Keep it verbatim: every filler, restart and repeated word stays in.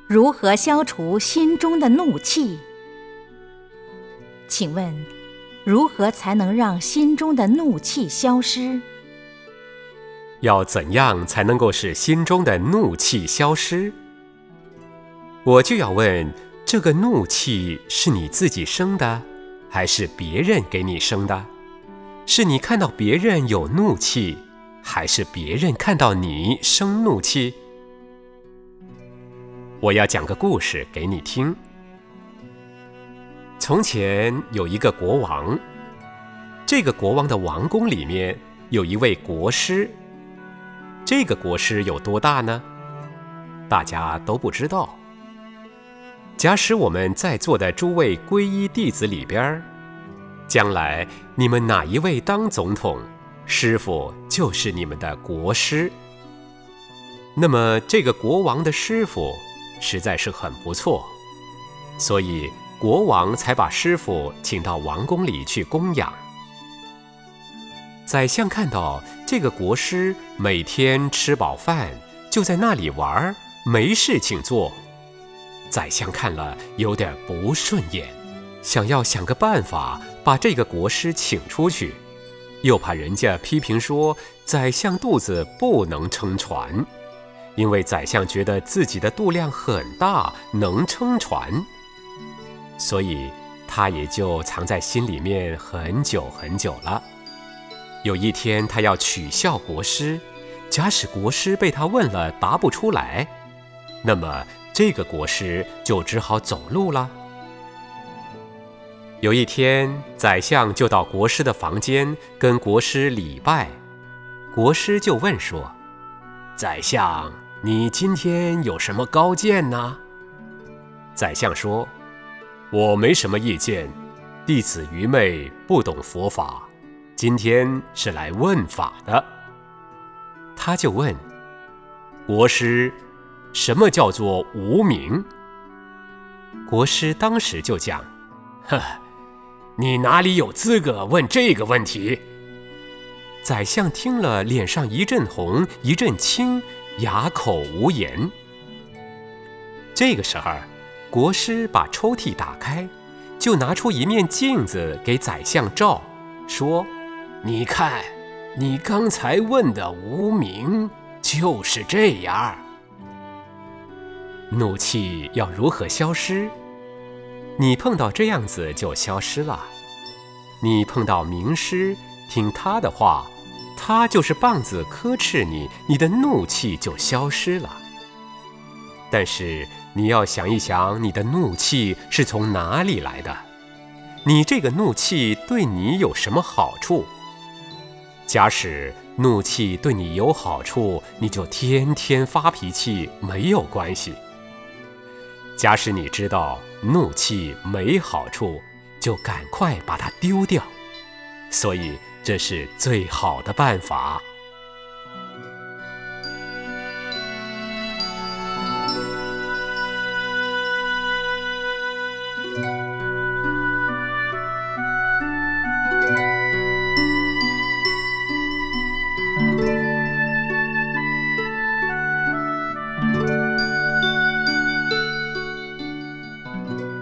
如何消除心中的怒气？请问，如何才能让心中的怒气消失？ 要怎样才能够使心中的怒气消失？我就要问，这个怒气是你自己生的，还是别人给你生的？是你看到别人有怒气，还是别人看到你生怒气？我要讲个故事给你听。从前有一个国王，这个国王的王宫里面有一位国师。这个国师有多大呢？大家都不知道。假使我们在座的诸位皈依弟子里边，将来你们哪一位当总统，师父就是你们的国师。那么这个国王的师父实在是很不错，所以国王才把师父请到王宫里去供养。宰相看到这个国师每天吃饱饭就在那里玩，没事情做，宰相看了有点不顺眼，想要想个办法把这个国师请出去，又怕人家批评说宰相肚子不能撑船，因为宰相觉得自己的肚量很大，能撑船，所以他也就藏在心里面很久很久了。有一天他要取笑国师，假使国师被他问了答不出来，那么这个国师就只好走路了。有一天宰相就到国师的房间跟国师礼拜，国师就问说，宰相，你今天有什么高见呢？宰相说，我没什么意见，弟子愚昧，不懂佛法，今天是来问法的。他就问国师，什么叫做无明？国师当时就讲，呵，你哪里有资格问这个问题？宰相听了，脸上一阵红一阵青，哑口无言。这个时候，国师把抽屉打开，就拿出一面镜子给宰相照，说，你看，你刚才问的无明就是这样。怒气要如何消失？你碰到这样子就消失了。你碰到名师，听他的话，他就是棒子呵斥你，你的怒气就消失了。但是你要想一想，你的怒气是从哪里来的？你这个怒气对你有什么好处？假使怒气对你有好处，你就天天发脾气，没有关系。假使你知道怒气没好处，就赶快把它丢掉。所以这是最好的办法。